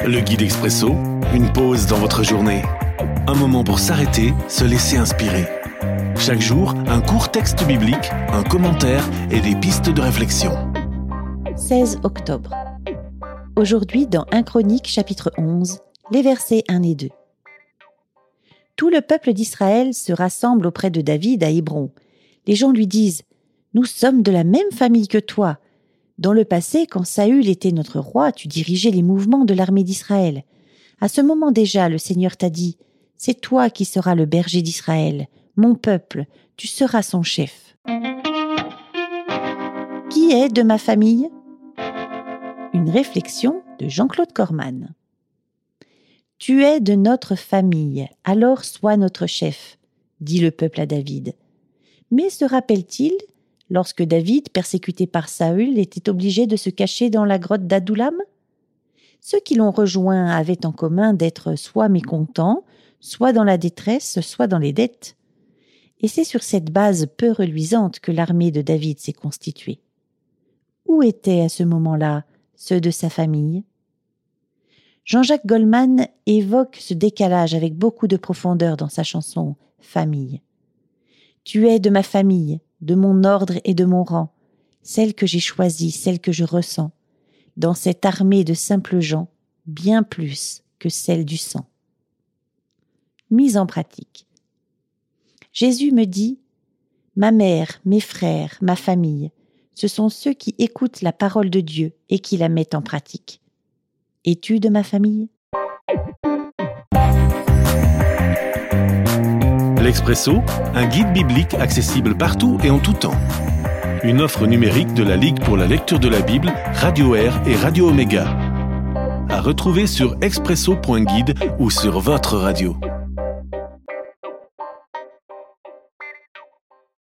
Le guide expresso, une pause dans votre journée. Un moment pour s'arrêter, se laisser inspirer. Chaque jour, un court texte biblique, un commentaire et des pistes de réflexion. 16 octobre. Aujourd'hui, dans 1 Chroniques, chapitre 11, les versets 1 et 2. Tout le peuple d'Israël se rassemble auprès de David à Hébron. Les gens lui disent « Nous sommes de la même famille que toi. Dans le passé, quand Saül était notre roi, tu dirigeais les mouvements de l'armée d'Israël. À ce moment déjà, le Seigneur t'a dit « C'est toi qui seras le berger d'Israël, mon peuple, tu seras son chef. » Qui est de ma famille ? Une réflexion de Jean-Claude Corman. Tu es de notre famille, alors sois notre chef, dit le peuple à David. Mais se rappelle-t-il, lorsque David, persécuté par Saül, était obligé de se cacher dans la grotte d'Adoulam ? Ceux qui l'ont rejoint avaient en commun d'être soit mécontents, soit dans la détresse, soit dans les dettes. Et c'est sur cette base peu reluisante que l'armée de David s'est constituée. Où étaient à ce moment-là ceux de sa famille ? Jean-Jacques Goldman évoque ce décalage avec beaucoup de profondeur dans sa chanson « Famille ». Tu es de ma famille, de mon ordre et de mon rang, celle que j'ai choisie, celle que je ressens, dans cette armée de simples gens, bien plus que celle du sang. Mise en pratique. Jésus me dit « Ma mère, mes frères, ma famille, ce sont ceux qui écoutent la parole de Dieu et qui la mettent en pratique. Es-tu de ma famille ? » L'Expresso, un guide biblique accessible partout et en tout temps. Une offre numérique de la Ligue pour la lecture de la Bible, Radio Air et Radio Omega. À retrouver sur expresso.guide ou sur votre radio.